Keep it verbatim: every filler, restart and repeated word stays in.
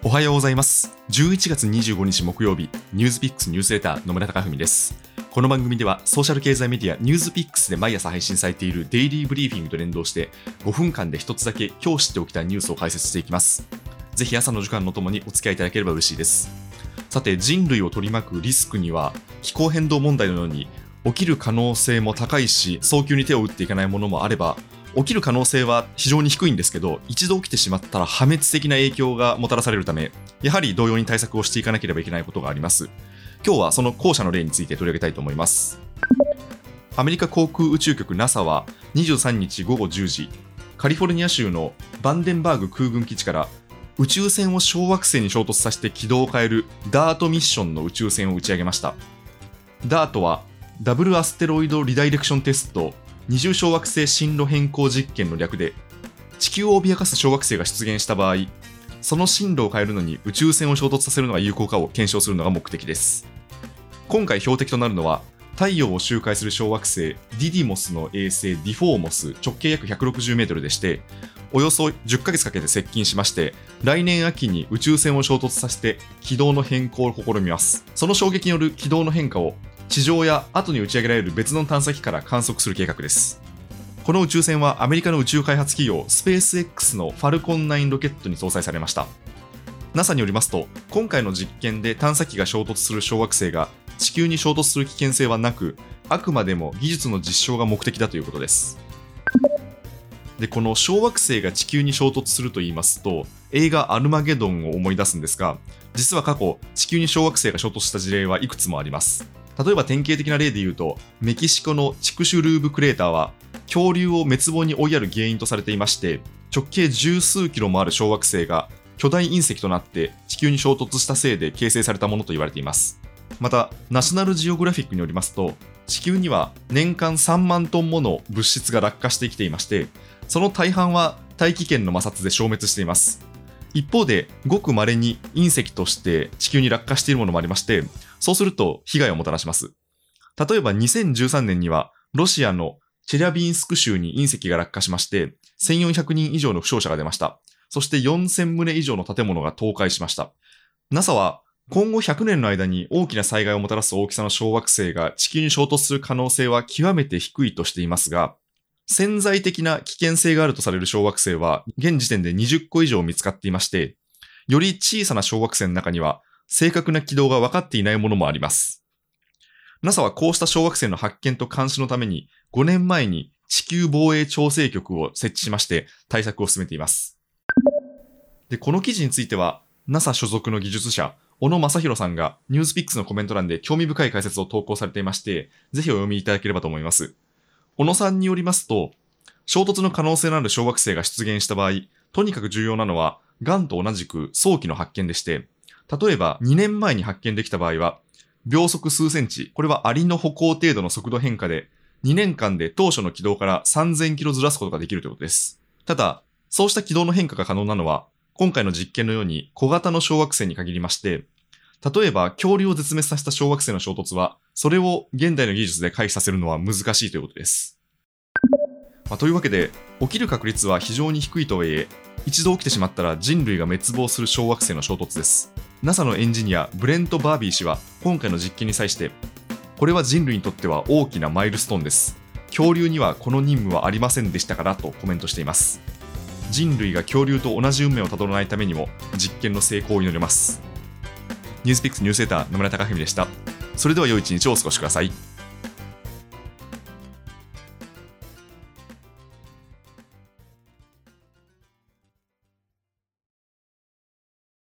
おはようございます。じゅういちがつにじゅうごにち木曜日、ニュースピックスニュースレター野村貴文です。この番組ではソーシャル経済メディアニュースピックスで毎朝配信されているデイリーブリーフィングと連動してごふんかんで一つだけ今日知っておきたいニュースを解説していきます。ぜひ朝の時間のともにお付き合いいただければ嬉しいです。さて、人類を取り巻くリスクには気候変動問題のように起きる可能性も高いし、早急に手を打っていかないものもあれば、起きる可能性は非常に低いんですけど、一度起きてしまったら破滅的な影響がもたらされるため、やはり同様に対策をしていかなければいけないことがあります。今日はその後者の例について取り上げたいと思います。アメリカ航空宇宙局 ナサ はにじゅうさんにちごごじゅうじ、カリフォルニア州のバンデンバーグ空軍基地から宇宙船を小惑星に衝突させて軌道を変える ダート ミッションの宇宙船を打ち上げました。ダート はダブルアステロイドリダイレクションテスト二重小惑星進路変更実験の略で、地球を脅かす小惑星が出現した場合、その進路を変えるのに宇宙船を衝突させるのが有効かを検証するのが目的です。今回標的となるのは、太陽を周回する小惑星ディディモスの衛星ディフォーモス、直径約ひゃくろくじゅうメートルでして、およそじゅっかげつかけて接近しまして、来年秋に宇宙船を衝突させて軌道の変更を試みます。その衝撃による軌道の変化を地上や後に打ち上げられる別の探査機から観測する計画です。この宇宙船はアメリカの宇宙開発企業スペース X のファルコンナインロケットに搭載されました。 ナサ によりますと、今回の実験で探査機が衝突する小惑星が地球に衝突する危険性はなく、あくまでも技術の実証が目的だということです。で、この小惑星が地球に衝突すると言いますと、映画アルマゲドンを思い出すんですが、実は過去地球に小惑星が衝突した事例はいくつもあります。例えば典型的な例で言うと、メキシコのチクシュルーブクレーターは恐竜を滅亡に追いやる原因とされていまして、直径十数キロもある小惑星が巨大隕石となって地球に衝突したせいで形成されたものと言われています。また、ナショナルジオグラフィックによりますと、地球には年間さんまんトンもの物質が落下してきていまして、その大半は大気圏の摩擦で消滅しています。一方で、ごく稀に隕石として地球に落下しているものもありまして、そうすると被害をもたらします。例えばにせんじゅうさんねんにはロシアのチェリャビンスク州に隕石が落下しまして、せんよんひゃくにん以上の負傷者が出ました。そしてよんせんとう以上の建物が倒壊しました。ナサ は今後ひゃくねんの間に大きな災害をもたらす大きさの小惑星が地球に衝突する可能性は極めて低いとしていますが、潜在的な危険性があるとされる小惑星は現時点でにじゅっこ以上見つかっていまして、より小さな小惑星の中には正確な軌道が分かっていないものもあります。ナサ はこうした小惑星の発見と監視のためにごねんまえに地球防衛調整局を設置しまして対策を進めています。で、この記事については ナサ 所属の技術者小野正弘さんがニュースピックスのコメント欄で興味深い解説を投稿されていまして、ぜひお読みいただければと思います。小野さんによりますと、衝突の可能性のある小惑星が出現した場合、とにかく重要なのはがんと同じく早期の発見でして、例えばにねんまえに発見できた場合は、秒速数センチ、これはアリの歩行程度の速度変化で、にねんかんで当初の軌道からさんぜんキロずらすことができるということです。ただ、そうした軌道の変化が可能なのは、今回の実験のように小型の小惑星に限りまして、例えば恐竜を絶滅させた小惑星の衝突は、それを現代の技術で回避させるのは難しいということです。まあ、というわけで、起きる確率は非常に低いとはいえ、一度起きてしまったら人類が滅亡する小惑星の衝突です。ナサ のエンジニアブレント・バービー氏は今回の実験に際して、これは人類にとっては大きなマイルストーンです。恐竜にはこの任務はありませんでしたからとコメントしています。人類が恐竜と同じ運命をたどらないためにも実験の成功を祈ります。ニュースピックスニュースレター野村貴文でした。それでは良い一日をお過ごしください。